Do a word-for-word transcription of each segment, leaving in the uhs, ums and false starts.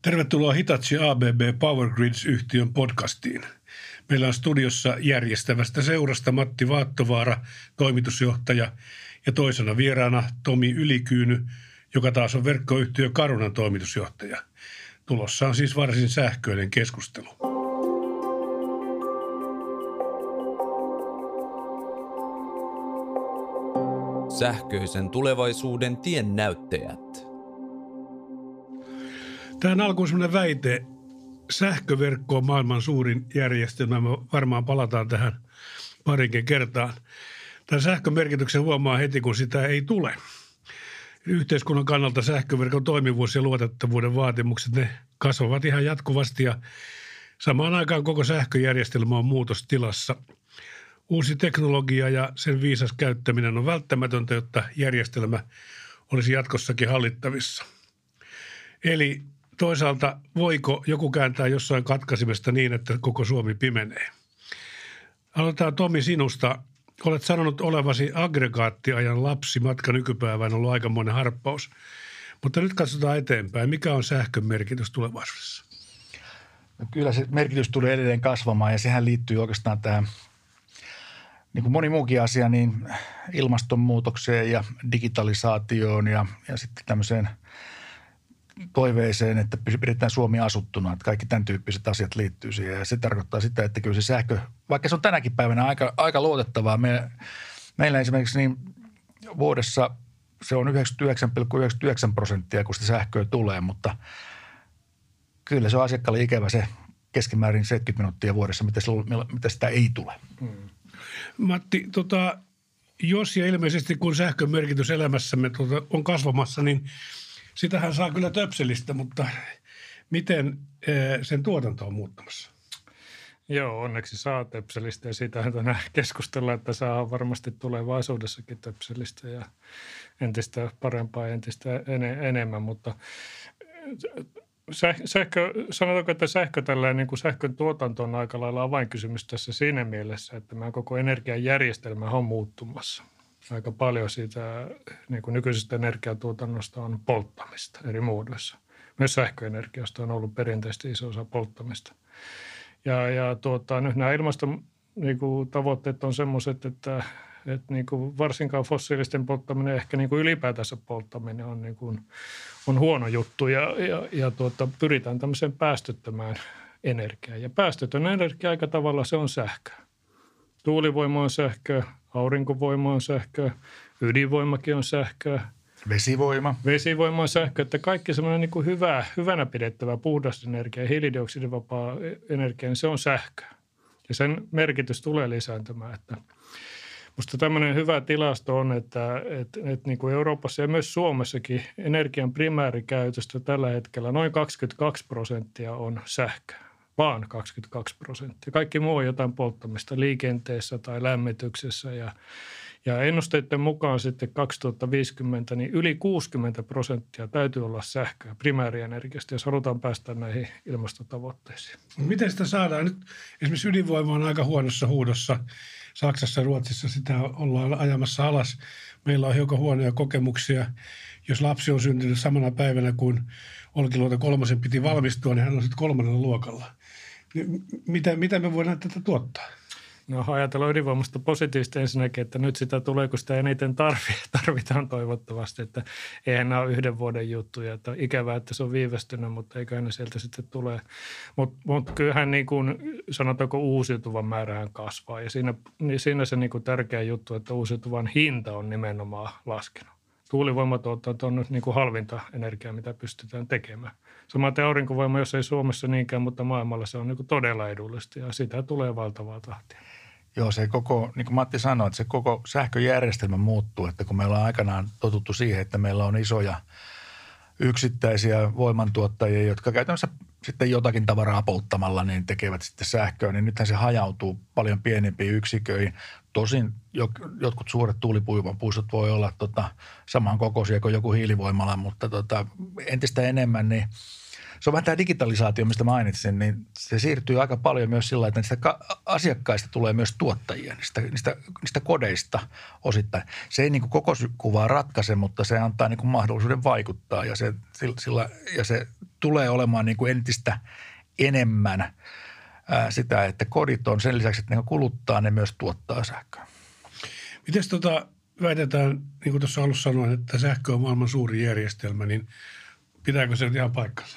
Tervetuloa Hitachi A B B Power Grids-yhtiön podcastiin. Meillä on studiossa järjestävästä seurasta Matti Vaattovaara, toimitusjohtaja, ja toisena vieraana Tomi Ylikyyny, joka taas on verkkoyhtiö Carunan toimitusjohtaja. Tulossa on siis varsin sähköinen keskustelu. Sähköisen tulevaisuuden tiennäyttäjät. Tähän alkuun sellainen väite. Sähköverkko on maailman suurin järjestelmä. Me varmaan palataan tähän parinkin kertaan. Tämän sähkön merkityksen huomaa heti, kun sitä ei tule. Yhteiskunnan kannalta sähköverkon toimivuus ja luotettavuuden vaatimukset, ne kasvavat ihan jatkuvasti ja samaan aikaan koko sähköjärjestelmä on muutostilassa. Uusi teknologia ja sen viisas käyttäminen on välttämätöntä, jotta järjestelmä olisi jatkossakin hallittavissa. Eli toisaalta voiko joku kääntää jossain katkaisimesta niin, että koko Suomi pimenee? Aloitetaan Tomi sinusta. Olet sanonut olevasi aggregaattiajan lapsi. Matka nykypäivään on ollut aikamoinen harppaus. Mutta nyt katsotaan eteenpäin. Mikä on sähkön merkitys tulevaisuudessa? No kyllä se merkitys tulee edelleen kasvamaan ja sehän liittyy oikeastaan tähän, niin kuin moni muukin asia, niin ilmastonmuutokseen ja digitalisaatioon ja, ja sitten tämmöiseen toiveeseen, että pidetään Suomi asuttuna, että kaikki tämän tyyppiset asiat liittyy siihen. Ja se tarkoittaa sitä, että kyllä se sähkö, vaikka se on tänäkin päivänä aika, aika luotettavaa. Me, meillä esimerkiksi niin vuodessa se on yhdeksänkymmentäyhdeksän pilkku yhdeksänkymmentäyhdeksän prosenttia, kun sitä sähköä tulee, mutta kyllä se on asiakkaalle ikävä se keskimäärin seitsemänkymmentä minuuttia vuodessa, mitä, se, mitä sitä ei tule. Hmm. Matti, tota, jos ja ilmeisesti kun sähkön merkitys elämässämme tota, on kasvamassa, niin sitähän saa kyllä töpselistä, mutta miten sen tuotanto on muuttamassa? Joo, onneksi saa töpselistä ja siitä tänään keskustellaan, että saa varmasti tulevaisuudessakin töpselistä ja entistä parempaa ja entistä en- enemmän, mutta sähkö, sanotaanko, että sähkö tällainen niin kuin sähkön tuotanto on aika lailla avainkysymys tässä siinä mielessä, että meidän koko energiajärjestelmä on muuttumassa. Aika paljon siitä niin kuin nykyisestä energiatuotannosta on polttamista eri muodoissa. Myös sähköenergiasta on ollut perinteisesti iso osa polttamista. Ja, ja tuota, nyt nämä ilmaston niin kuin tavoitteet on sellaiset, että, että niin kuin varsinkaan fossiilisten polttaminen, ehkä niin kuin ylipäätänsä polttaminen on, niin kuin, on huono juttu ja, ja, ja tuota, pyritään tämmöiseen päästöttömään energiaan. Ja päästötön energia aika tavalla se on sähköä. Tuulivoima on sähköä, aurinkovoima on sähköä, ydinvoimakin on sähköä. Vesivoima. Vesivoima on sähkö, että kaikki semmoinen niin kuin hyvä, hyvänä pidettävä puhdas energia, hiilidioksidivapaa energia, niin se on sähköä. Ja sen merkitys tulee lisääntymään. Että musta tämmöinen hyvä tilasto on, että, että, että niin kuin Euroopassa ja myös Suomessakin energian primäärikäytöstä tällä hetkellä noin kaksikymmentäkaksi prosenttia on sähköä. Vaan kaksikymmentäkaksi prosenttia. Kaikki muu on jotain polttamista liikenteessä tai lämmityksessä ja, ja ennusteiden mukaan sitten kaksituhattaviisikymmentä niin yli kuusikymmentä prosenttia täytyy olla sähköä primäärienergiasta, jos halutaan päästä näihin ilmastotavoitteisiin. Miten sitä saadaan? Nyt esimerkiksi ydinvoima on aika huonossa huudossa. Saksassa ja Ruotsissa sitä ollaan ajamassa alas. Meillä on hiukan huonoja kokemuksia. Jos lapsi on syntynyt samana päivänä kuin Olkiluoto kolmosen piti valmistua, niin hän on sitten kolmannella luokalla. Mitä, mitä me voidaan tätä tuottaa? No ajatellaan ydinvoimasta positiivisesti ensinnäkin, että nyt sitä tulee, kun sitä eniten tarvitaan toivottavasti, että eihän nämä ole yhden vuoden juttuja. Että ikävää, että se on viivästynyt, mutta eiköhän ne sieltä sitten tulee. Mutta mut kyllähän niin kuin sanotaanko uusiutuvan määrähän kasvaa ja siinä, niin siinä se niin kuin tärkeä juttu, että uusiutuvan hinta on nimenomaan laskenut. Tuulivoimatuotanto on nyt niin kuin halvinta energiaa, mitä pystytään tekemään. Samaten aurinkovoima, jos ei Suomessa niinkään, mutta maailmalla se on niin kuin todella edullista ja sitä tulee valtavaa tahtia. Joo, se koko, niin kuin Matti sanoi, että se koko sähköjärjestelmä muuttuu, että kun meillä on aikanaan totuttu siihen, että meillä on isoja yksittäisiä voimantuottajia, jotka käytännössä sitten jotakin tavaraa polttamalla niin tekevät sitten sähköä, niin nythän se hajautuu paljon pienempiin yksiköihin. Tosin jotkut suuret tuulipuistot voi olla tota, samankokoisia kuin joku hiilivoimala, mutta tota, entistä enemmän niin se on vähän tämä digitalisaatio, mistä mainitsin, niin se siirtyy aika paljon myös sillä, että niistä asiakkaista tulee myös tuottajia, niistä, niistä, niistä kodeista osittain. Se ei niin kuin koko kuvaa ratkaise, mutta se antaa niin kuin mahdollisuuden vaikuttaa ja se, sillä, ja se tulee olemaan niin kuin entistä enemmän ää, sitä, että kodit on sen lisäksi, että ne kuluttaa, ne myös tuottaa sähköä. Miten tota väitetään, niin kuin tuossa alussa sanoin, että sähkö on maailman suurin järjestelmä, niin pitääkö se nyt ihan paikkansa?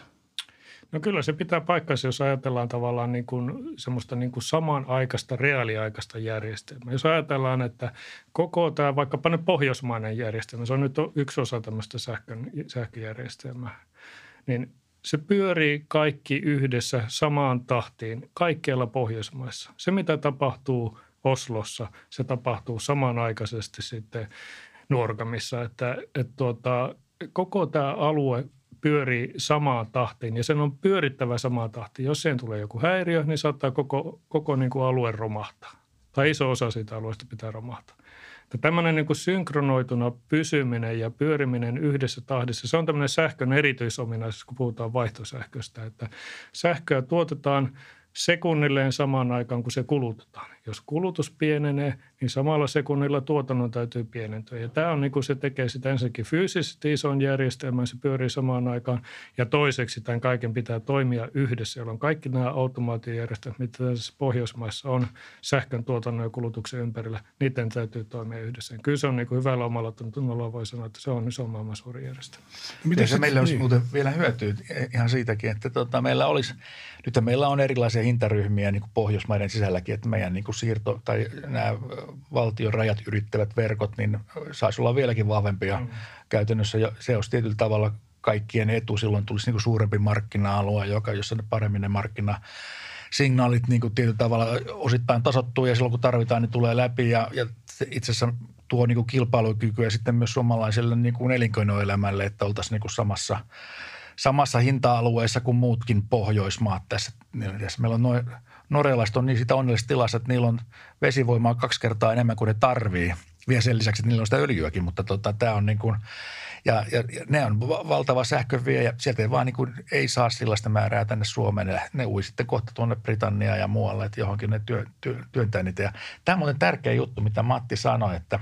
No kyllä se pitää paikkansa, jos ajatellaan tavallaan niin kuin semmoista niin kuin samanaikaista, reaaliaikaista järjestelmää. Jos ajatellaan, että koko tämä vaikkapa nyt pohjoismainen järjestelmä, se on nyt yksi osa tämmöistä sähkön, sähköjärjestelmää, niin se pyörii kaikki yhdessä samaan tahtiin kaikkialla Pohjoismaissa. Se, mitä tapahtuu Oslossa, se tapahtuu samanaikaisesti sitten Nuorgamissa, että, että tuota, koko tämä alue pyörii samaan tahtiin ja sen on pyörittävä samaan tahtiin. Jos siihen tulee joku häiriö, niin saattaa koko, koko niin kuin alue romahtaa tai iso osa siitä alueesta pitää romahtaa. Että tämmöinen niin kuin synkronoituna pysyminen ja pyöriminen yhdessä tahdissa, se on tämmöinen sähkön erityisominaisuus, kun puhutaan vaihtosähköstä, että sähköä tuotetaan sekunnilleen samaan aikaan, kun se kulutetaan. Jos kulutus pienenee, niin samalla sekunnilla tuotannon täytyy pienentyä. Ja tämä on niin kuin se tekee sitä ensinnäkin fyysisesti ison järjestelmän, se pyörii samaan aikaan. Ja toiseksi tämän kaiken pitää toimia yhdessä, jolloin kaikki nämä automaatiojärjestelmät, mitä tässä Pohjoismaissa on sähkön tuotannon ja kulutuksen ympärillä, niiden täytyy toimia yhdessä. Ja kyllä se on niin kuin hyvällä omalla tunnolla voi sanoa, että se on iso maailman suuri järjestelmä. Miten se meillä olisi niin muuten vielä hyötyä ihan siitäkin, että tota, meillä olisi, nyt meillä on erilaisia hintaryhmiä niin kuin Pohjoismaiden sisälläkin, että meidän niin kuin siirto tai nämä valtion rajat ylittävät verkot, niin saisi olla vieläkin vahvempia mm. käytännössä. Ja se olisi tietyllä tavalla kaikkien etu. Silloin tulisi niin kuin suurempi markkina-alue, joka, jossa ne paremmin ne markkinasignaalit niin kuin tietyllä tavalla osittain tasoittuu ja silloin kun tarvitaan, niin tulee läpi. Ja, ja itse asiassa tuo niin kuin kilpailukykyä sitten myös suomalaiselle niin kuin elinkeinoelämälle, että oltaisiin niin kuin samassa, samassa hinta-alueessa kuin muutkin Pohjoismaat tässä. Meillä on noin norjalaiset on niin sitä onnellisessa tilassa, että niillä on vesivoimaa kaksi kertaa enemmän kuin ne tarvii. Vielä sen lisäksi, että niillä on sitä öljyäkin, mutta tota, tämä on niin kuin, ja, ja, ja ne on valtava sähkövie ja sieltä ei vaan niin kuin, ei saa sellaista määrää tänne Suomeen. Ne ui sitten kohta tuonne Britanniaan ja muualle, että johonkin ne työ, työ, työntää niitä. Ja tämä on muuten tärkeä juttu, mitä Matti sanoi, että,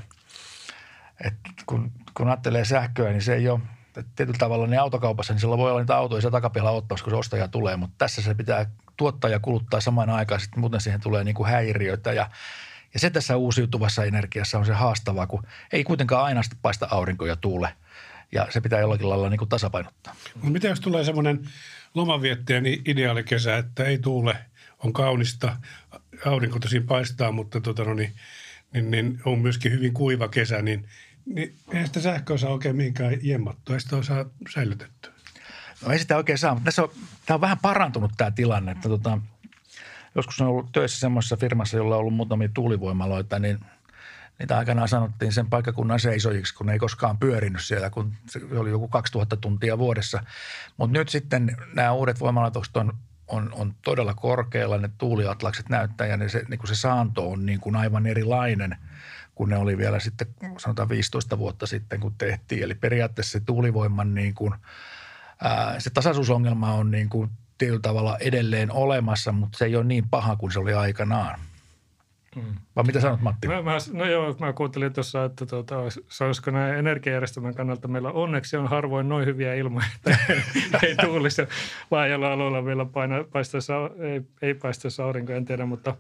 että kun, kun ajattelee sähköä, niin se ei ole, tietyllä tavalla niin autokaupassa, niin sillä voi olla niitä autoja siellä takapihalla ottaa, kun se ostaja tulee, mutta tässä se pitää tuottaa ja kuluttaa samaan aikaan, sitten muuten siihen tulee niin kuin häiriöitä ja, ja se tässä uusiutuvassa energiassa on se haastavaa, kun ei kuitenkaan aina sitten paista aurinko ja tuule ja se pitää jollakin lailla niin kuin tasapainottaa. No mitä jos tulee semmoinen lomanviettäjän ideaalikesä, että ei tuule, on kaunista, aurinko tosin paistaa, mutta tota no niin, niin, niin on myöskin hyvin kuiva kesä, niin Niin ei sitä sähköä saa oikein mihinkään jemmattua, ei sitä saa säilytettyä. No ei sitä oikein saa, mutta tässä on, tämä on vähän parantunut tämä tilanne. Että tota, joskus on ollut töissä semmoisessa firmassa, jolla on ollut muutamia tuulivoimaloita, niin niitä aikanaan sanottiin sen paikkakunnan seisojiksi, kun ne ei koskaan pyörinyt siellä, kun se oli joku kaksituhatta tuntia vuodessa. Mutta nyt sitten nämä uudet voimalaitokset on, on, on todella korkealla, ne tuuliatlakset näyttää ja ne, se, niin kuin se saanto on niin kuin aivan erilainen kun ne oli vielä sitten sanotaan viisitoista vuotta sitten, kun tehtiin. Eli periaatteessa se tuulivoiman niin kuin, ää, se tasaisuusongelma on niin kuin tietyllä tavalla edelleen olemassa, mutta se ei ole niin paha kuin se oli aikanaan. Hmm. Vai mitä sanot, Matti? Mä, mä, no joo, mä kuuntelin tuossa, että tuota, olisiko näin energiajärjestelmän kannalta meillä onneksi on harvoin noin hyviä ilmoja, että ei tuulisi laajalla alueella vielä paina, paistaisi, ei, ei paistaisi aurinko, en tiedä, mutta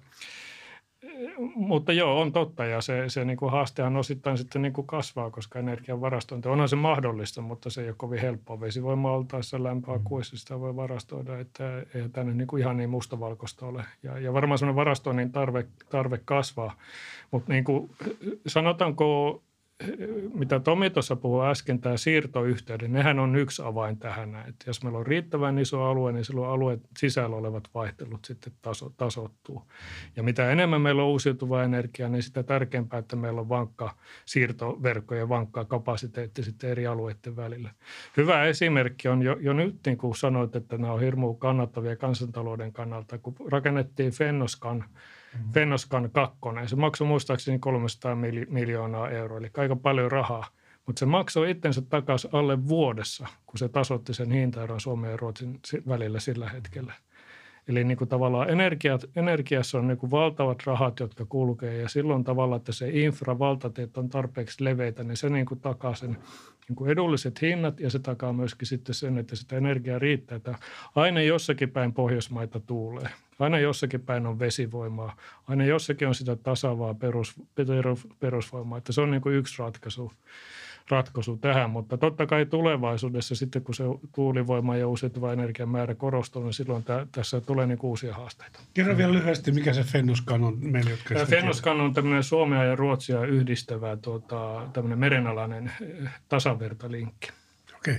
Mutta joo, on totta ja se, se niin kuin haastehan osittain sitten niin kuin kasvaa, koska energian varastointi onhan se mahdollista, mutta se ei ole kovin helppoa. Vesivoima oltaessa lämpöä kuissa, sitä voi varastoida, että ei tänne niin kuin ihan niin mustavalkoista ole. Ja, ja varmaan sellainen varastoinnin tarve, tarve kasvaa, mutta niin kuin sanotaanko, mitä Tomi tuossa puhui äsken, tämä siirtoyhteyden, nehän on yksi avain tähän. Että jos meillä on riittävän iso alue, niin silloin alueen sisällä olevat vaihtelut sitten taso, tasoittuu. Ja mitä enemmän meillä on uusiutuvaa energiaa, niin sitä tärkeämpää, että meillä on vankka siirtoverkko ja vankka kapasiteetti sitten eri alueiden välillä. Hyvä esimerkki on jo, jo nyt, niin kuin sanoit, että nämä on hirmu kannattavia kansantalouden kannalta, kun rakennettiin Fennoskan Fennoskan kakkonen. Se maksoi muistaakseni kolmesataa miljoonaa euroa, eli aika paljon rahaa. Mutta se maksoi itsensä takaisin alle vuodessa, kun se tasoitti sen hintaeron Suomen ja Ruotsin välillä sillä hetkellä. Eli niin kuin tavallaan energiat, energiassa on niin kuin valtavat rahat, jotka kulkee ja silloin tavallaan, että se infra, valtateet on tarpeeksi leveitä, niin se niin kuin takaa sen niin kuin edulliset hinnat ja se takaa myöskin sitten sen, että sitä energiaa riittää. Että aina jossakin päin Pohjoismaita tuulee, aina jossakin päin on vesivoimaa, aina jossakin on sitä tasaavaa perus, perusvoimaa, että se on niin kuin yksi ratkaisu. ratkaisu tähän, mutta totta kai tulevaisuudessa sitten, kun se tuulivoima ja uusiutuva energian määrä korostuu, niin silloin tä, tässä tulee niin uusia haasteita. Kerro vielä lyhyesti, mikä se Fennoskan on meille, jotka sitä Fennoskan on tämmöinen Suomea ja Ruotsia yhdistävä tuota, tämmöinen merenalainen tasavertalinkki. Okei.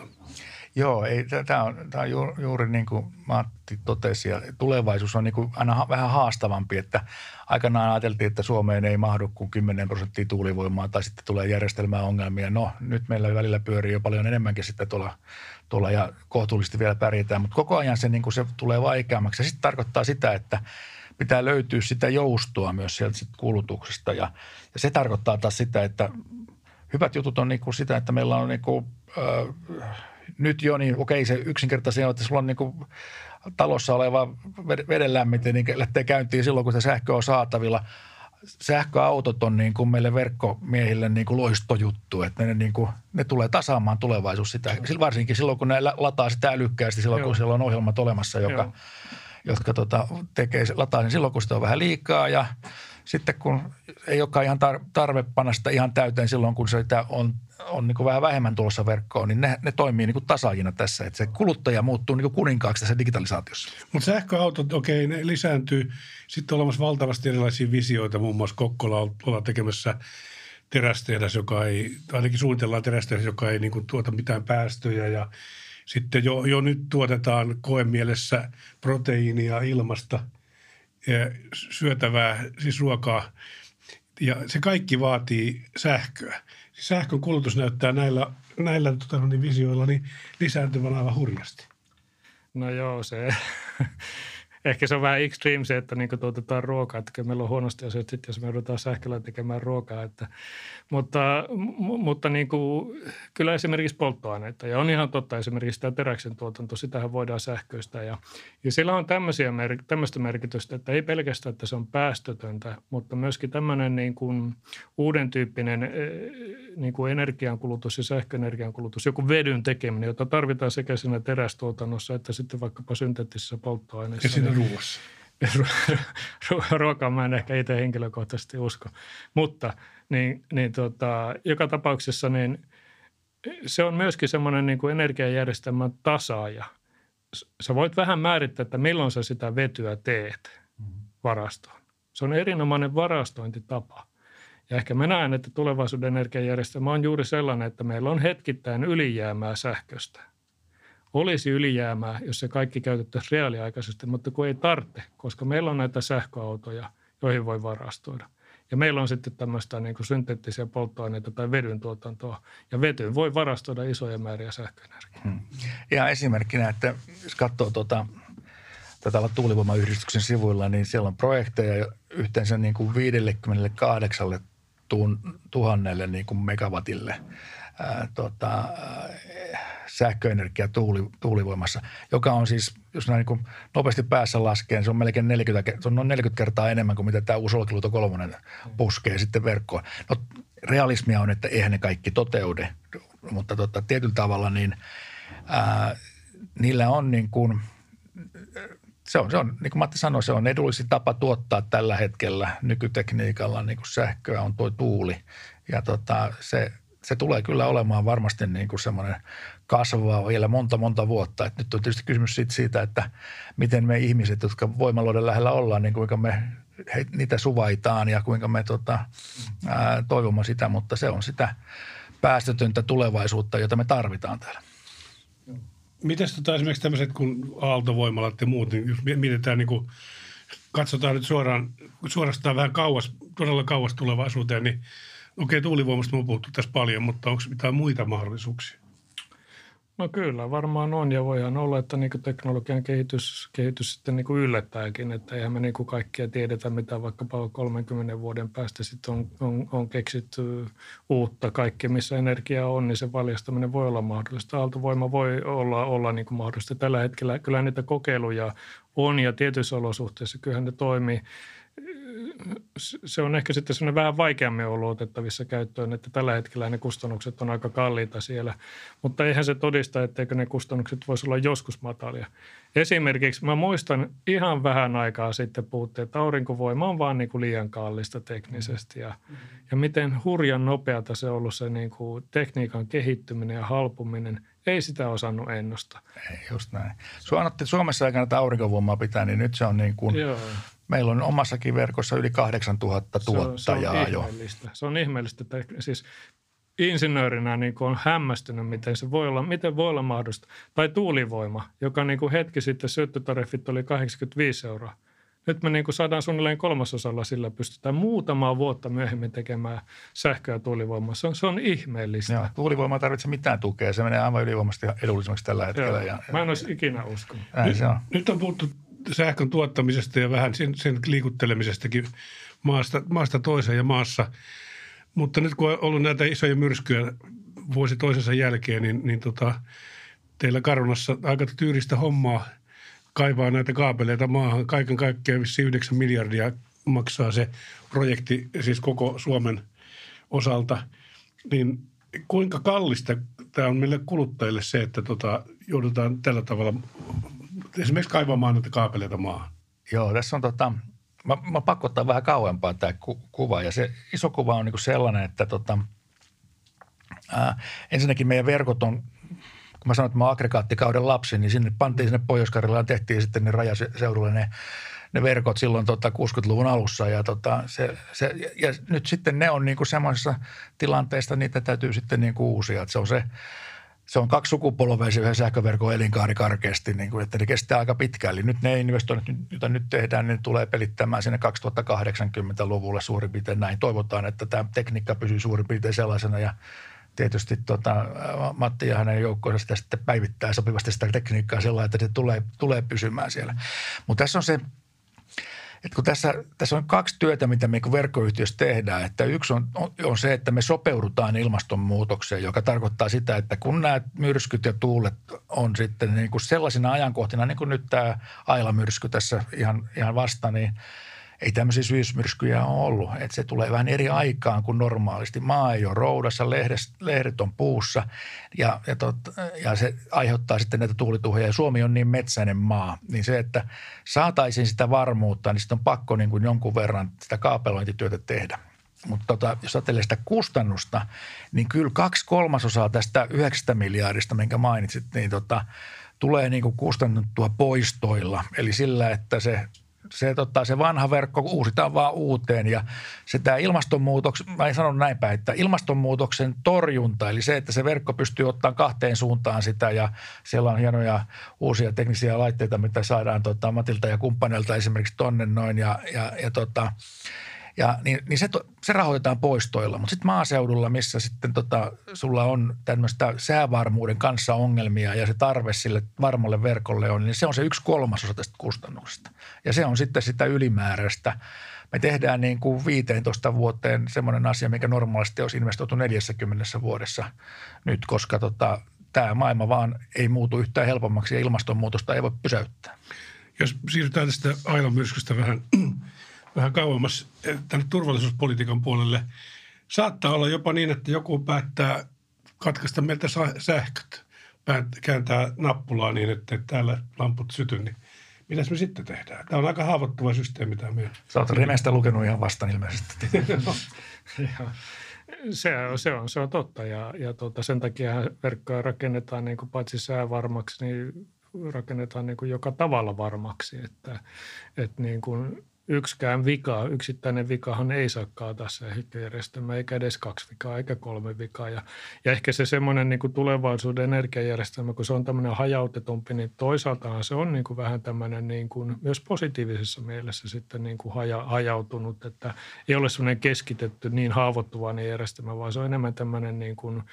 Joo, ei, tämä on, tää on juuri, juuri niin kuin Matti totesi, ja tulevaisuus on niin kuin aina vähän haastavampi, että aikanaan ajateltiin, että Suomeen ei mahdu kuin kymmenen prosenttia tuulivoimaa tai sitten tulee järjestelmään ongelmia. No, nyt meillä välillä pyörii jo paljon enemmänkin sitten tuolla, tuolla ja kohtuullisesti vielä pärjätään, mutta koko ajan se, niin kuin se tulee vaikeammaksi ja sitten tarkoittaa sitä, että pitää löytyä sitä joustoa myös sieltä sit kulutuksesta ja, ja se tarkoittaa taas sitä, että hyvät jutut on niin kuin sitä, että meillä on niin kuin, äh, nyt jo, niin okei se yksinkertaisesti on, että sulla on niin kuin talossa oleva vedenlämmitys, niin lähtee käyntiin silloin, kun se sähkö on saatavilla. Sähköautot on niin kuin meille verkkomiehille niin kuin loistojuttu, että ne, niin kuin, ne tulee tasaamaan tulevaisuus sitä. Varsinkin silloin, kun ne lataa sitä älykkäästi, silloin Joo. kun siellä on ohjelmat olemassa, joka, jotka tota, tekee, lataa niin silloin, kun sitä on vähän liikaa ja sitten kun ei olekaan ihan tarve panna sitä ihan täyteen silloin, kun se on, on niin kuin vähän vähemmän tulossa verkkoon, niin ne, ne toimii niin kuin tasaajina tässä. Että se kuluttaja muuttuu niin kuin kuninkaaksi tässä digitalisaatiossa. Mutta sähköautot, okei, ne lisääntyy. Sitten on olemassa valtavasti erilaisia visioita. Muun muassa Kokkola ollaan tekemässä terästehdas, joka ei, ainakin suunnitellaan terästehdas, joka ei niin kuin tuota mitään päästöjä. Ja sitten jo, jo nyt tuotetaan koemielessä proteiinia ilmasta syötävää, siis ruokaa, ja se kaikki vaatii sähköä. Siis sähkön kulutus näyttää näillä, näillä tota, niin visioilla niin lisääntyvän aivan hurjasti. No joo, se ehkä se on vähän extreme se, että niin tuotetaan ruokaa, että meillä on huonosti asiat sitten, jos me joudutaan sähköllä tekemään ruokaa. Että, mutta m- mutta niin kuin, kyllä esimerkiksi polttoaineita, ja on ihan totta esimerkiksi tämä teräksen tuotanto, sitähän voidaan sähköistää. Ja, ja sillä on tämmöisiä, tämmöistä merkitystä, että ei pelkästään, että se on päästötöntä, mutta myöskin tämmöinen niin kuin uuden tyyppinen niin kuin energiankulutus ja sähköenergiankulutus, joku vedyn tekeminen, jota tarvitaan sekä siinä terästuotannossa että sitten vaikkapa synteettisessä polttoaineessa. Ja siinä ruoassa. Ruokaa mä en ehkä itse henkilökohtaisesti usko, mutta niin, niin tota, joka tapauksessa niin se on myöskin semmoinen niin kuin energiajärjestelmän tasaaja. Sä voit vähän määrittää, että milloin sä sitä vetyä teet varastoon. Se on erinomainen varastointitapa. Ja ehkä mä näen, että tulevaisuuden energiajärjestelmä on juuri sellainen, että meillä on hetkittäin ylijäämää sähköstä. Olisi ylijäämää, jos se kaikki käytettäisiin reaaliaikaisesti, mutta kun ei tarvitse, koska meillä on näitä sähköautoja, joihin voi varastoida. Ja meillä on sitten tämmöistä niin kuin synteettisiä polttoaineita tai vedyn tuotantoa, ja vetyyn voi varastoida isoja määriä sähköenergiaa. Hmm. Ja esimerkkinä, että jos katsoo tuota, tätä tuulivoimayhdistyksen sivuilla, niin siellä on projekteja yhteensä niin kuin viisikymmentäkahdeksan tuhannelle niin kuin megawatille ää, tota, ää, sähköenergia tuuli, tuulivoimassa, joka on siis, jos näin niin kuin nopeasti päässä laskee, se on melkein neljäkymmentä, se on noin neljäkymmentä kertaa enemmän kuin mitä tämä uusi Olkiluoto kolmonen puskee sitten verkkoon. No realismia on, että eihän ne kaikki toteudu, mutta tota, tietyllä tavalla niin ää, niillä on niin kuin, se on, se on, niin kuin Matti sanoi, se on edullisin tapa tuottaa tällä hetkellä nykytekniikalla niin kuin sähköä on tuo tuuli ja tota, se Se tulee kyllä olemaan varmasti niin kuin semmoinen kasvava vielä monta, monta vuotta. Et nyt on tietysti kysymys siitä, siitä, että miten me ihmiset, jotka voimaloiden lähellä ollaan, niin kuinka me he, niitä suvaitaan ja kuinka me tota, ää, toivomme sitä. Mutta se on sitä päästötöntä tulevaisuutta, jota me tarvitaan täällä. Mites tota esimerkiksi tämmöiset kuin aaltovoimalat ja muut, niin jos mietitään niin kuin, katsotaan nyt suoraan, suorastaan vähän kauas, todella kauas tulevaisuuteen, niin okei, tuulivoimasta on puhuttu tässä paljon, mutta onko mitään muita mahdollisuuksia? No kyllä, varmaan on ja voihan olla, että niin kuin teknologian kehitys, kehitys sitten niin kuin yllättääkin, että eihän me niin kuin kaikkia tiedetä, mitä vaikkapa kolmenkymmenen vuoden päästä sitten on, on, on keksitty uutta. Kaikki, missä energiaa on, niin se valjastaminen voi olla mahdollista. Aaltovoima voi olla, olla niin kuin mahdollista. Tällä hetkellä kyllä niitä kokeiluja on ja tietyissä olosuhteissa kyllähän ne toimii. Se on ehkä sitten sellainen vähän vaikeammin ollut otettavissa käyttöön, että tällä hetkellä ne kustannukset on aika kalliita siellä, mutta eihän se todista, etteikö ne kustannukset voisi olla joskus matalia. Esimerkiksi mä muistan ihan vähän aikaa sitten puhuttiin, että aurinkovoima on vaan niin kuin liian kallista teknisesti ja, mm-hmm. ja miten hurjan nopeata se on ollut se niin kuin tekniikan kehittyminen ja halpuminen. Ei sitä osannut ennustaa. Ei, just näin. Suonatti Suomessa aikana tätä aurinkovoimaa pitää, niin nyt se on niin kuin, Joo. meillä on omassakin verkossa yli kahdeksantuhatta tuottajaa se on, se on jo. Ihmeellistä. Se on ihmeellistä, että siis insinöörinä niin kuin on hämmästynyt, miten se voi olla, miten voi olla mahdollista. Tai tuulivoima, joka niin kuin hetki sitten syöttötariffit oli kahdeksankymmentäviisi euroa. Nyt me niin kuin saadaan suunnilleen kolmasosalla sillä pystytään muutamaa vuotta myöhemmin tekemään sähköä tuulivoimaa. Se on, se on ihmeellistä. Joo, tuulivoima ei tarvitse mitään tukea. Se menee aivan ylivoimaisesti edullisemmaksi tällä hetkellä. Joo, ja, mä en olisi ikinä uskonut. Näin se on. Nyt on puhuttu sähkön tuottamisesta ja vähän sen, sen liikuttelemisestakin maasta, maasta toiseen ja maassa. Mutta nyt kun on ollut näitä isoja myrskyjä vuosi toisensa jälkeen, niin, niin tota, teillä Carunassa aika tyyristä hommaa kaivaa näitä kaapeleita maahan. Kaiken kaikkiaan vissiin yhdeksän miljardia maksaa se projekti siis koko Suomen osalta. Niin kuinka kallista tämä on meille kuluttajille se, että tota, joudutaan tällä tavalla esimerkiksi kaivamaan näitä kaapeleita maahan? Joo, tässä on tota, mä, mä pakko ottaa vähän kauempaa tämä ku, kuva ja se iso kuva on niinku sellainen, että tota, ää, ensinnäkin meidän verkot on, kun mä sanoin, että mä oon aggregaattikauden lapsi, niin sinne pantiin sinne Pohjois-Karjalaan, tehtiin sitten ne rajaseudulle ne, ne verkot silloin tota kuusikymmentäluvun alussa ja, tota, se, se, ja nyt sitten ne on niinku semmoisessa tilanteesta, niitä täytyy sitten niinku uusia, että se on se, Se on kaksi sukupolvea se yhden sähköverkon elinkaari karkeasti, niin kuin, että ne kestää aika pitkään. Eli nyt ne investoinnit, joita nyt tehdään, niin ne tulee pelittämään sinne kaksituhattakahdeksankymmentäluvulle suurin piirtein näin. Toivotaan, että tämä tekniikka pysyy suurin piirtein sellaisena ja tietysti tota, Matti ja hänen joukkoonsa sitä sitten päivittää sopivasti sitä tekniikkaa sellainen, että se tulee, tulee pysymään siellä. Mutta tässä on se, että kun tässä, tässä on kaksi työtä, mitä me verkkoyhtiössä tehdään, että yksi on, on, on se, että me sopeudutaan ilmastonmuutokseen, joka tarkoittaa sitä, että kun nämä myrskyt ja tuulet on sitten niin kuin sellaisina ajankohtina, niin kuin nyt tämä Aila-myrsky tässä ihan, ihan vasta, niin ei tämmöisiä syysmyrskyjä ole ollut. Että se tulee vähän eri aikaan kuin normaalisti. Maa ei ole roudassa, lehdes, lehdet on puussa ja, ja, tot, ja se aiheuttaa sitten näitä tuulituhoja. Ja Suomi on niin metsäinen maa, niin se, että saataisiin sitä varmuutta, niin sitten on pakko niin kuin jonkun verran sitä kaapelointityötä tehdä. Mutta tota, jos ajattelee sitä kustannusta, niin kyllä kaksi kolmasosaa tästä yhdeksästä miljardista, minkä mainitsit, niin tota, tulee niin kuin kustannuttua poistoilla. Eli sillä, että se Se, tota, se vanha verkko uusitaan vaan uuteen ja se tämä ilmastonmuutoksen, mä en sano näin päin, että ilmastonmuutoksen torjunta, eli se, että se verkko pystyy ottamaan kahteen suuntaan sitä ja siellä on hienoja uusia teknisiä laitteita, mitä saadaan tota, Matilta ja kumppaneilta esimerkiksi tonne noin ja, ja, ja tota, Ja niin, niin se, se rahoitetaan poistoilla, mutta sitten maaseudulla, missä sitten tota, sulla on tämmöistä säävarmuuden kanssa ongelmia ja se tarve sille varmalle verkolle on, niin se on se yksi kolmasosa tästä kustannuksesta. Ja se on sitten sitä ylimääräistä. Me tehdään niin kuin viisitoista vuoteen semmoinen asia, mikä normaalisti olisi investoitu neljässäkymmenessä vuodessa nyt, koska tota, tämä maailma vaan ei muutu yhtään helpommaksi ja ilmastonmuutosta ei voi pysäyttää. Jos siirrytään tästä Aila-myrskystä vähän vähän kauemmas tänne turvallisuuspolitiikan puolelle. Saattaa olla jopa niin, että joku päättää katkaista meiltä sähköt, kääntää nappulaa niin, että täällä lamput syty, niin mitäs me sitten tehdään? Tämä on aika haavoittuva systeemi tämä meidän. Sä oot Rimestä lukenut ihan vastaan ilmeisesti. Se on, se on, se on totta ja, ja tuota, sen takia verkkoja rakennetaan niin kuin paitsi säävarmaksi, niin rakennetaan niin kuin joka tavalla varmaksi, että, että niin kuin yksikään vika, yksittäinen vikahan ei saa kaataa sähköjärjestelmää, eikä edes kaksi vikaa, eikä kolme vikaa. Ja, ja ehkä se semmoinen niin kuin tulevaisuuden energiajärjestelmä, kun se on tämmöinen hajautetumpi, niin toisaaltahan se on niin kuin vähän tämmöinen niin kuin myös positiivisessa mielessä sitten niin kuin haja, hajautunut, että ei ole semmoinen keskitetty niin haavoittuvainen järjestelmä, vaan se on enemmän tämmöinen niin kuin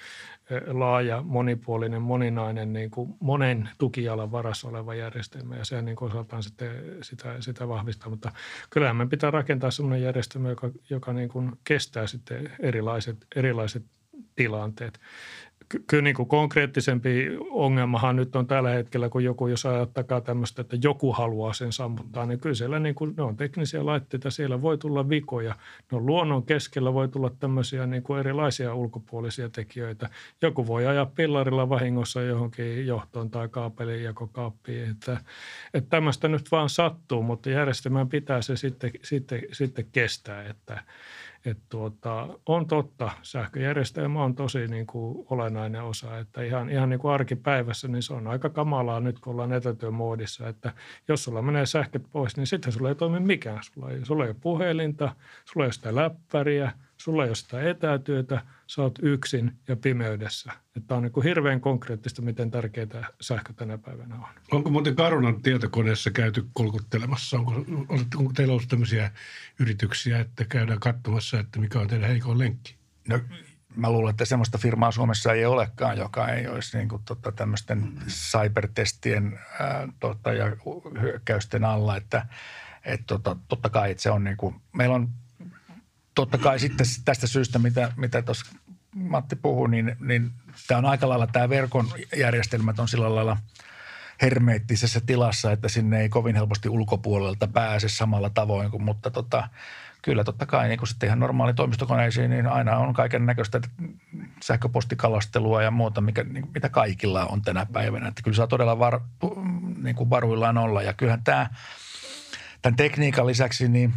laaja, monipuolinen, moninainen, niin kuin monen tukijalan varassa oleva järjestelmä ja se niin kuin osaltaan sitten sitä, sitä vahvistaa. Mutta kyllähän me pitää rakentaa sellainen järjestelmä, joka, joka niin kuin kestää sitten erilaiset, erilaiset tilanteet. Kyllä niin kuin konkreettisempi ongelmahan nyt on tällä hetkellä, kun joku, jos ajattakaa tämmöistä, että joku haluaa sen sammuttaa, niin kyllä siellä niin kuin, ne on teknisiä laitteita, siellä voi tulla vikoja. Ne on luonnon keskellä, voi tulla tämmöisiä niin kuin erilaisia ulkopuolisia tekijöitä. Joku voi ajaa pillarilla vahingossa johonkin johtoon tai kaapelin jakokaappiin, että, että tämmöistä nyt vaan sattuu, mutta järjestelmän pitää se sitten, sitten, sitten kestää, että Että tuota, on totta, sähköjärjestelmä on tosi niin kuin olennainen osa, että ihan, ihan niin kuin arkipäivässä niin se on aika kamalaa nyt, kun ollaan etätyömoodissa, että jos sulla menee sähköt pois, niin sitten sulla ei toimi mikään. Sulla ei, sulla ei ole puhelinta, sulla ei ole sitä läppäriä, sulla ei ole sitä etätyötä, sä oot yksin ja pimeydessä. Että on niin kuin hirveän konkreettista, miten tärkeää sähkö tänä päivänä on. Onko muuten Carunan tietokoneessa käyty kolkuttelemassa? Onko, onko teillä ollut tämmöisiä yrityksiä, että käydään katsomassa, että mikä on teidän heikoin lenkki? No, mä luulen, että semmoista firmaa Suomessa ei olekaan, joka ei olisi niin kuin, tota, tämmöisten cybertestien ää, tota, ja hyökkäysten alla. Että, et, tota, totta kai että se on niin kuin, meillä on totta kai sitten tästä syystä, mitä, mitä tuossa Matti puhui, niin, niin tämä on aika lailla, tämä verkon järjestelmät on sillä lailla hermeettisessä tilassa, että sinne ei kovin helposti ulkopuolelta pääse samalla tavoin, kuin, mutta tota, kyllä totta kai niin kuin sitten ihan normaali toimistokoneisiin, niin aina on kaiken näköistä sähköpostikalastelua ja muuta, mikä, niin, mitä kaikilla on tänä päivänä. Että kyllä saa todella var, niin kuin varuillaan olla ja kyllähän tämä, tämän tekniikan lisäksi niin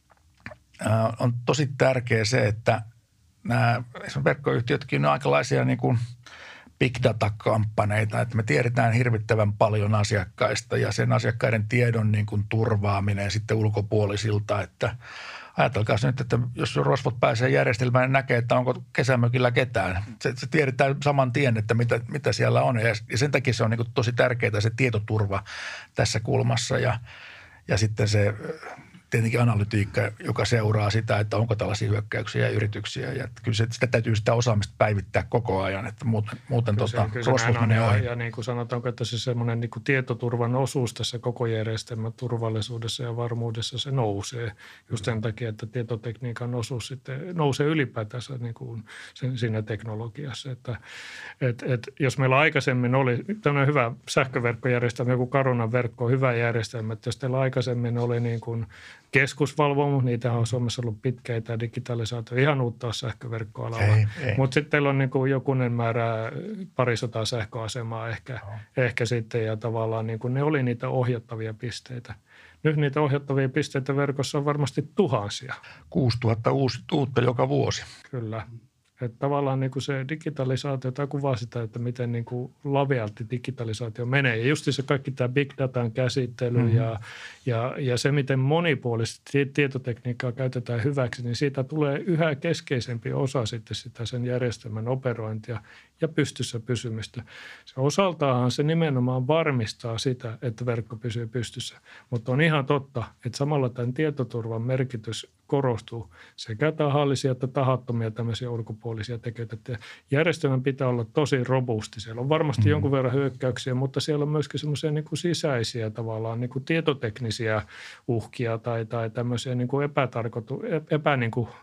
on tosi tärkeä se, että nämä esimerkiksi verkkoyhtiötkin on aikalaisia niin kuin big data-kamppaneita, että me tiedetään hirvittävän paljon asiakkaista ja sen asiakkaiden tiedon niin kuin turvaaminen sitten ulkopuolisilta, että ajatelkaa nyt, että jos rosvot pääsee järjestelmään, niin näkee, että onko kesämökillä ketään. Se, se tiedetään saman tien, että mitä, mitä siellä on ja, ja sen takia se on niin kuin tosi tärkeää se tietoturva tässä kulmassa ja, ja sitten se tietenkin analytiikka, joka seuraa sitä, että onko tällaisia hyökkäyksiä ja yrityksiä. Ja kyllä se, sitä täytyy sitä osaamista päivittää koko ajan, että muuten, muuten tota, rosvot menee ohi. Ja, ja niin kuin sanotaanko, että se semmoinen niin kuin tietoturvan osuus tässä koko järjestelmän turvallisuudessa ja varmuudessa se nousee just sen takia, että tietotekniikan osuus sitten nousee ylipäätänsä niin kuin sen, siinä teknologiassa. Että, et, et, jos meillä aikaisemmin oli tämmöinen hyvä sähköverkkojärjestelmä, joku Carunan verkko on hyvä järjestelmä, että jos teillä aikaisemmin oli niin kuin keskusvalvomus, niitä on Suomessa ollut pitkäitä digitalisaatio, ihan uutta sähköverkkoalalla. Mutta sitten teillä on niin kuin jokunen määrä parisataa sähköasemaa ehkä, no. ehkä sitten ja tavallaan niin kuin ne oli niitä ohjattavia pisteitä. Nyt niitä ohjattavia pisteitä verkossa on varmasti tuhansia. kuusituhatta uutta joka vuosi. Kyllä. Että tavallaan niin kuin se digitalisaatio, tämä kuvaa sitä, että miten niin kuin lavealti digitalisaatio menee. Ja just se kaikki tämä big datan käsittely mm-hmm. ja, ja, ja se, miten monipuolisesti tietotekniikkaa käytetään hyväksi, niin siitä tulee yhä keskeisempi osa sitten sitä sen järjestelmän operointia ja pystyssä pysymistä. Se osaltaan se nimenomaan varmistaa sitä, että verkko pysyy pystyssä. Mutta on ihan totta, että samalla tämän tietoturvan merkitys korostuu sekä tahallisia että tahattomia tämmöisiä ulkopuolisia tekijöitä. Että järjestelmän pitää olla tosi robusti. Siellä on varmasti mm. jonkun verran hyökkäyksiä, mutta siellä on myöskin semmoisia niin kuin sisäisiä tavallaan niin kuin tietoteknisiä uhkia tai, tai tämmöisiä niin kuin epätarkoitu, epä niin kuin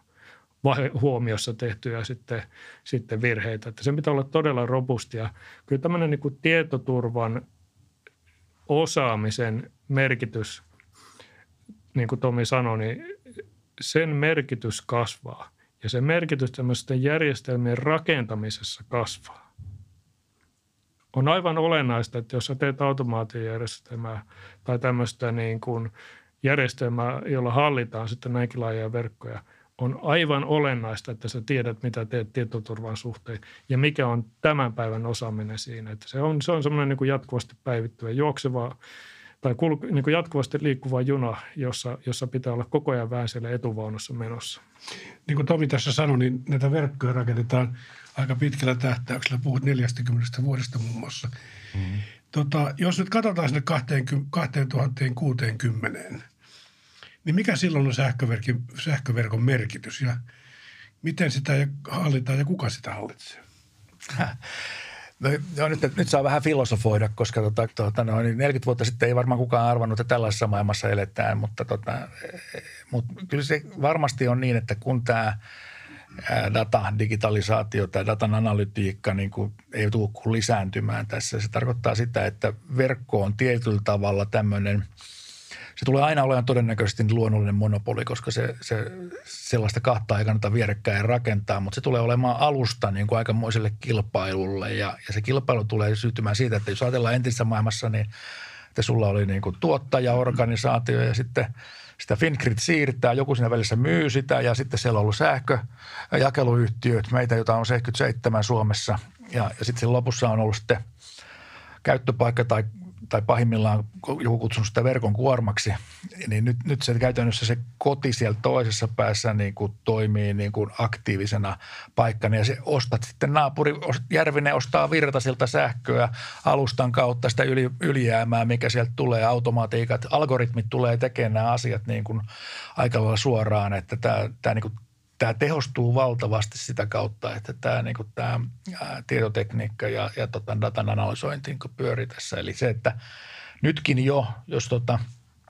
huomiossa tehtyjä sitten, sitten virheitä. Että sen pitää olla todella robustia. Kyllä tämmöinen niin kuin tietoturvan osaamisen merkitys, niin kuin Tomi sanoi, niin sen merkitys kasvaa ja se merkitys tämmöisten järjestelmien rakentamisessa kasvaa. On aivan olennaista, että jos sä teet automaatiojärjestelmää tai tämmöistä niin kuin järjestelmää, jolla hallitaan sitten näinkin laajoja verkkoja, on aivan olennaista, että sä tiedät, mitä teet tietoturvan suhteen ja mikä on tämän päivän osaaminen siinä. Että se on, se on semmoinen niin kuin jatkuvasti päivittyvä, juokseva tai kulku, niin kuin jatkuvasti liikkuva juna, jossa, jossa pitää olla koko ajan vähän siellä etuvaunussa menossa. Niin kuin Tomi tässä sanoi, niin näitä verkkoja rakennetaan aika pitkällä tähtäyksellä. Puhut neljästäkymmenestä vuodesta muun muassa. Mm-hmm. Tota, jos nyt katsotaan sinne kaksituhattakuusikymmentä, niin mikä silloin on sähköverkon merkitys ja miten sitä hallitaan ja kuka sitä hallitsee? No, no nyt, nyt saa vähän filosofoida, koska tota, tota, no, niin neljäkymmentä vuotta sitten ei varmaan kukaan arvannut, että tällaisessa maailmassa eletään, mutta, tota, mutta kyllä se varmasti on niin, että kun tämä data, digitalisaatio tai datan analytiikka niin kuin ei tule kuin lisääntymään tässä. Se tarkoittaa sitä, että verkko on tietyllä tavalla tämmöinen, se tulee aina olemaan todennäköisesti luonnollinen monopoli, koska se, se sellaista kahta ei kannata vierekkäin rakentaa, mutta se tulee olemaan alusta niin kuin aikamoiselle kilpailulle ja, ja se kilpailu tulee syntymään siitä, että jos ajatellaan entisessä maailmassa, niin että sulla oli niin kuin tuottajaorganisaatio ja sitten sitä Fingrid siirtää, joku siinä välissä myy sitä ja sitten siellä on ollut sähköjakeluyhtiöt, meitä jota on seitsemänkymmentäseitsemän Suomessa ja, ja sitten sen lopussa on ollut sitten käyttöpaikka tai, tai pahimmillaan joku kutsunut sitä verkon kuormaksi, niin nyt, nyt se käytännössä se koti siellä toisessa päässä niin kuin toimii niin kuin aktiivisena paikkana ja se ostat sitten naapuri Järvinen ostaa Virtasilta sähköä alustan kautta sitä yli, ylijäämää, mikä sieltä tulee, automaatiikat, algoritmit tulee tekemään nämä asiat niin kuin aika lailla suoraan, että tämä, tämä niin kuin Tämä tehostuu valtavasti sitä kautta, että tämä, niin kuin tämä ää, tietotekniikka ja, ja tota, datan analysointi niin pyörii tässä. Eli se, että nytkin jo, jos tota,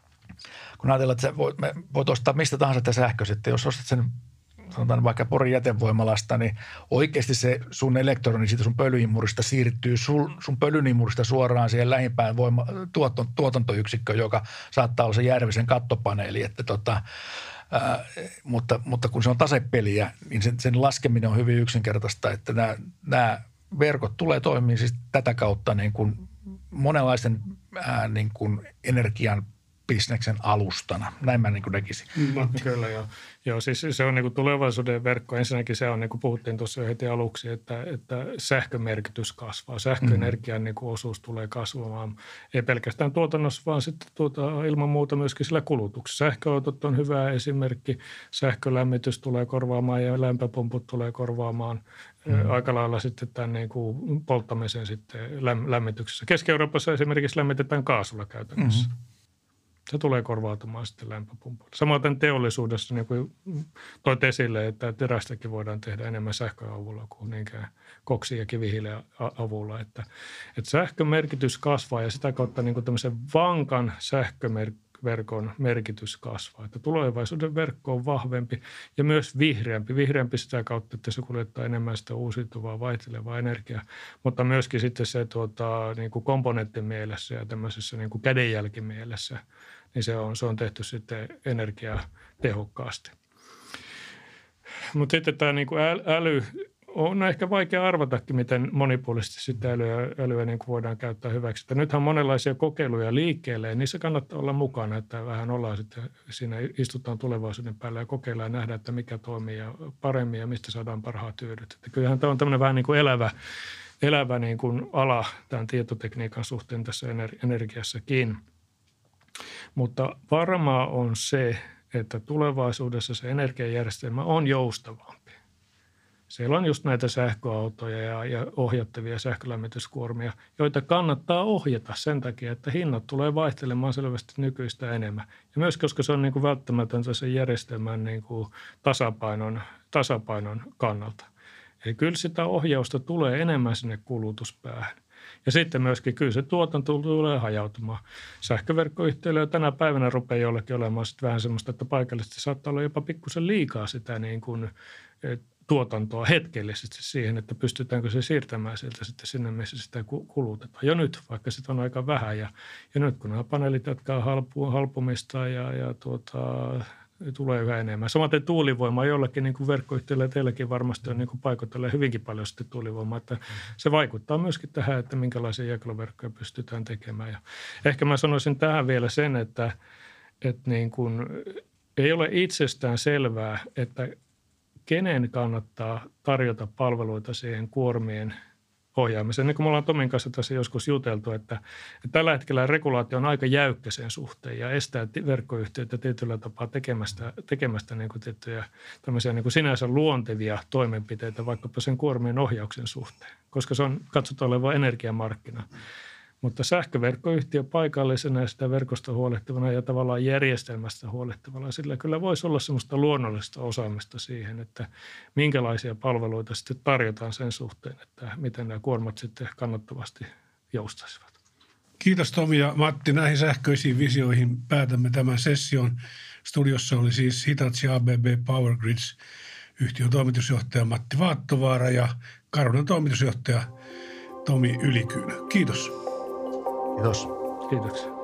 kun ajatellaan, että sä voit, voit ostaa mistä tahansa tätä sähköä, että jos ostat sen sanotaan vaikka Porin jätevoimalasta, niin oikeasti se sun elektroni siitä sun pölyimurista siirtyy sun, sun pölyimurista suoraan siihen lähimpään voima, tuoton, tuotantoyksikköön, joka saattaa olla se Järvisen kattopaneeli, että tota, Ää, mutta, mutta kun se on tasepeliä, niin sen, sen laskeminen on hyvin yksinkertaista, että nämä, nämä verkot tulee toimia siis tätä kautta niin kuin monenlaisen ää, niin kuin energian bisneksen alustana. Näin mä niin kuin näkisin. No, kyllä joo. Joo, siis se on niin kuin tulevaisuuden verkko. Ensinnäkin se on, niin kuin puhuttiin tuossa jo heti aluksi, että, että sähkömerkitys kasvaa. Sähköenergian niin kuin osuus tulee kasvamaan. Ei pelkästään tuotannossa, vaan sitten tuota, ilman muuta myöskin sillä kulutuksessa. Sähköautot on hyvä esimerkki. Sähkölämmitys tulee korvaamaan ja lämpöpumput tulee korvaamaan mm. aika lailla sitten tämän niin kuin polttamisen sitten lämmityksessä. Keski-Euroopassa esimerkiksi lämmitetään kaasulla käytännössä. Mm. Se tulee korvautumaan sitten lämpöpumpuilla. Samoin teollisuudessa, niin kuin toit esille, että terästäkin voidaan tehdä enemmän sähköavulla kuin niinkään koksi- ja kivihiilen avulla. Että, että sähkön merkitys kasvaa ja sitä kautta niin kuin tämmöisen vankan sähköverkon merkitys kasvaa. Että tulevaisuuden verkko on vahvempi ja myös vihreämpi. Vihreämpi sitä kautta, että se kuljettaa enemmän sitä uusiutuvaa, vaihtelevaa energiaa, mutta myöskin sitten se tuota, niin kuin komponenttimielessä ja tämmöisessä niin kuin kädenjälkimielessä, niin se on, se on tehty sitten energiatehokkaasti. Mutta sitten tämä niin kuin äly on ehkä vaikea arvatakin, miten monipuolisesti sitä älyä, älyä niin kuin voidaan käyttää hyväksi. Että nythän on monenlaisia kokeiluja liikkeelle ja niissä kannattaa olla mukana, että vähän ollaan sitten siinä istutaan tulevaisuuden päällä ja kokeillaan ja nähdään, että mikä toimii ja paremmin ja mistä saadaan parhaat hyödyt. Että kyllähän tämä on tämmöinen vähän niin kuin elävä, elävä niin kuin ala tämän tietotekniikan suhteen tässä energiassakin. Mutta varmaa on se, että tulevaisuudessa se energiajärjestelmä on joustavampi. Siellä on just näitä sähköautoja ja, ja ohjattavia sähkölämmityskuormia, joita kannattaa ohjata sen takia, että hinnat tulee vaihtelemaan selvästi nykyistä enemmän. Ja myös koska se on niin kuin välttämätöntä sen järjestelmän niin kuin tasapainon, tasapainon kannalta. Eli kyllä sitä ohjausta tulee enemmän sinne kulutuspäähän. Ja sitten myöskin kyllä se tuotanto tulee hajautumaan. Sähköverkkoyhtiöillä tänä päivänä rupeaa jollekin olemaan sitten vähän semmoista, että paikallisesti saattaa olla jopa pikkusen liikaa sitä niin kuin tuotantoa hetkellisesti siihen, että pystytäänkö se siirtämään sieltä sitten sinne, missä sitä kulutetaan. Jo nyt, vaikka sitä on aika vähän. Ja, ja nyt kun nämä paneelit jatkaa halpu, halpumista ja, ja tuota, tulee yhä enemmän. Samaten tuulivoima jollakin niin kuin verkkoyhtiöillä ja teilläkin varmasti on niin kuin paikoitella hyvinkin paljon sitten tuulivoimaa. Että se vaikuttaa myöskin tähän, että minkälaisia jakeluverkkoja pystytään tekemään. Ja ehkä mä sanoisin tähän vielä sen, että, että niin kuin ei ole itsestään selvää, että kenen kannattaa tarjota palveluita siihen kuormien ohjaamiseen. Niin kuin me ollaan Tomin kanssa tässä joskus juteltu, että, että tällä hetkellä regulaatio on aika jäykkä sen suhteen ja estää verkkoyhtiöitä tietyllä tapaa tekemästä, tekemästä niin kuin tiettyjä tämmöisiä niin kuin sinänsä luontevia toimenpiteitä vaikkapa sen kuormien ohjauksen suhteen, koska se on katsotaan oleva energiamarkkina. Mutta sähköverkkoyhtiö paikallisena ja sitä verkosta huolehtivana ja tavallaan järjestelmästä huolehtivana, sillä kyllä voisi olla semmoista luonnollista osaamista siihen, että minkälaisia palveluita sitten tarjotaan sen suhteen, että miten nämä kuormat sitten kannattavasti joustaisivat. Kiitos Tomi ja Matti. Näihin sähköisiin visioihin päätämme tämän session. Studiossa oli siis Hitachi A B B Power Grids yhtiön toimitusjohtaja Matti Vaattovaara ja Carunan toimitusjohtaja Tomi Ylikyynä. Kiitos. Kiitos. Kiitoksia.